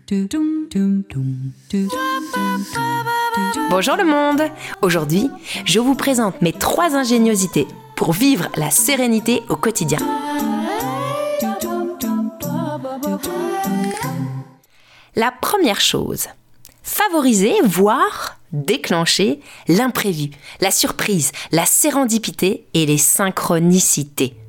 Bonjour le monde! Aujourd'hui, je vous présente mes 3 ingéniosités pour vivre la sérénité au quotidien. La première chose, favoriser, voire déclencher l'imprévu, la surprise, la sérendipité et les synchronicités.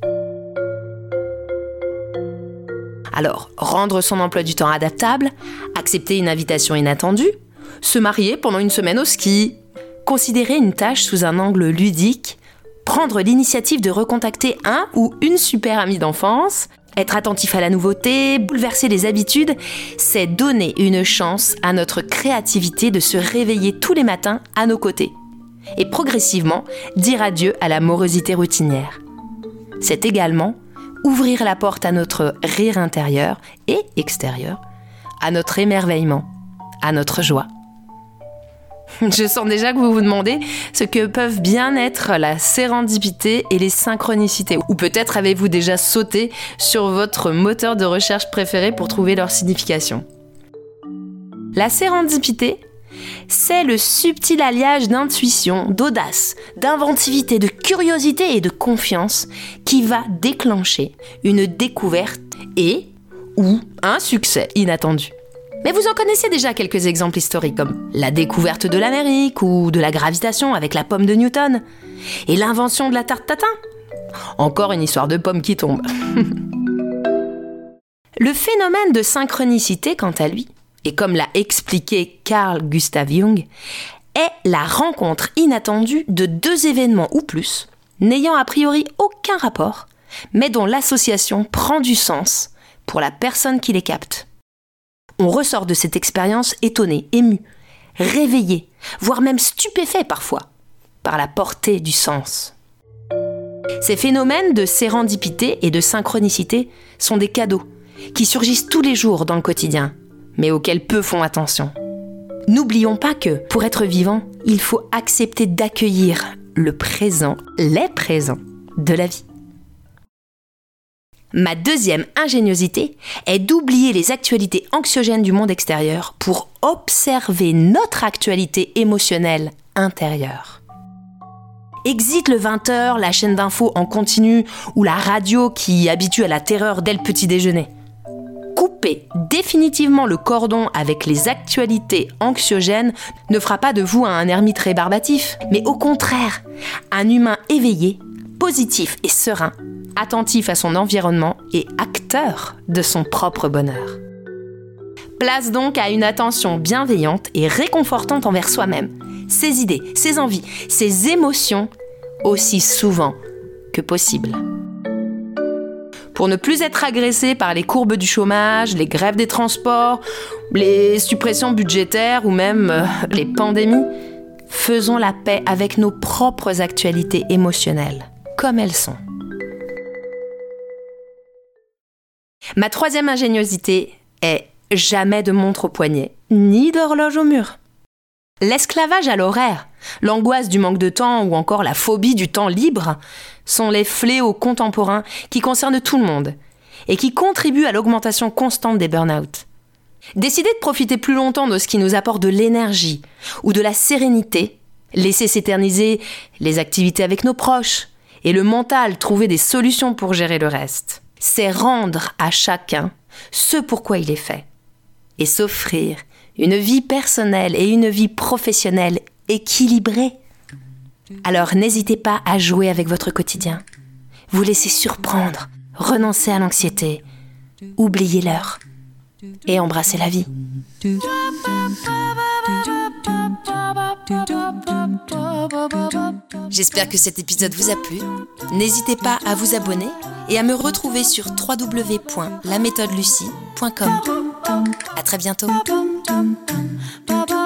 Alors, rendre son emploi du temps adaptable, accepter une invitation inattendue, se marier pendant une semaine au ski, considérer une tâche sous un angle ludique, prendre l'initiative de recontacter un ou une super amie d'enfance, être attentif à la nouveauté, bouleverser les habitudes, c'est donner une chance à notre créativité de se réveiller tous les matins à nos côtés. Et progressivement, dire adieu à la morosité routinière. C'est également ouvrir la porte à notre rire intérieur et extérieur, à notre émerveillement, à notre joie. Je sens déjà que vous vous demandez ce que peuvent bien être la sérendipité et les synchronicités. Ou peut-être avez-vous déjà sauté sur votre moteur de recherche préféré pour trouver leur signification. La sérendipité, c'est le subtil alliage d'intuition, d'audace, d'inventivité, de curiosité et de confiance qui va déclencher une découverte ou un succès inattendu. Mais vous en connaissez déjà quelques exemples historiques comme la découverte de l'Amérique ou de la gravitation avec la pomme de Newton et l'invention de la tarte tatin. Encore une histoire de pomme qui tombe. Le phénomène de synchronicité, quant à lui, et comme l'a expliqué Carl Gustav Jung, est la rencontre inattendue de 2 événements ou plus, n'ayant a priori aucun rapport, mais dont l'association prend du sens pour la personne qui les capte. On ressort de cette expérience étonné, ému, réveillé, voire même stupéfait parfois, par la portée du sens. Ces phénomènes de sérendipité et de synchronicité sont des cadeaux qui surgissent tous les jours dans le quotidien, mais auxquels peu font attention. N'oublions pas que, pour être vivant, il faut accepter d'accueillir le présent, les présents de la vie. Ma deuxième ingéniosité est d'oublier les actualités anxiogènes du monde extérieur pour observer notre actualité émotionnelle intérieure. Exit le 20h, la chaîne d'infos en continu ou la radio qui habitue à la terreur dès le petit déjeuner. Couper définitivement le cordon avec les actualités anxiogènes ne fera pas de vous un ermite rébarbatif, mais au contraire, un humain éveillé, positif et serein, attentif à son environnement et acteur de son propre bonheur. Place donc à une attention bienveillante et réconfortante envers soi-même, ses idées, ses envies, ses émotions, aussi souvent que possible. Pour ne plus être agressé par les courbes du chômage, les grèves des transports, les suppressions budgétaires ou même les pandémies, faisons la paix avec nos propres actualités émotionnelles, comme elles sont. Ma 3e ingéniosité est jamais de montre au poignet, ni d'horloge au mur. L'esclavage à l'horaire, l'angoisse du manque de temps ou encore la phobie du temps libre sont les fléaux contemporains qui concernent tout le monde et qui contribuent à l'augmentation constante des burn-out. Décider de profiter plus longtemps de ce qui nous apporte de l'énergie ou de la sérénité, laisser s'éterniser les activités avec nos proches et le mental trouver des solutions pour gérer le reste. C'est rendre à chacun ce pourquoi il est fait et s'offrir une vie personnelle et une vie professionnelle équilibrée. Alors n'hésitez pas à jouer avec votre quotidien, vous laisser surprendre, renoncer à l'anxiété, oubliez l'heure et embrassez la vie. J'espère que cet épisode vous a plu. N'hésitez pas à vous abonner et à me retrouver sur www.laméthodelucie.com. À très bientôt.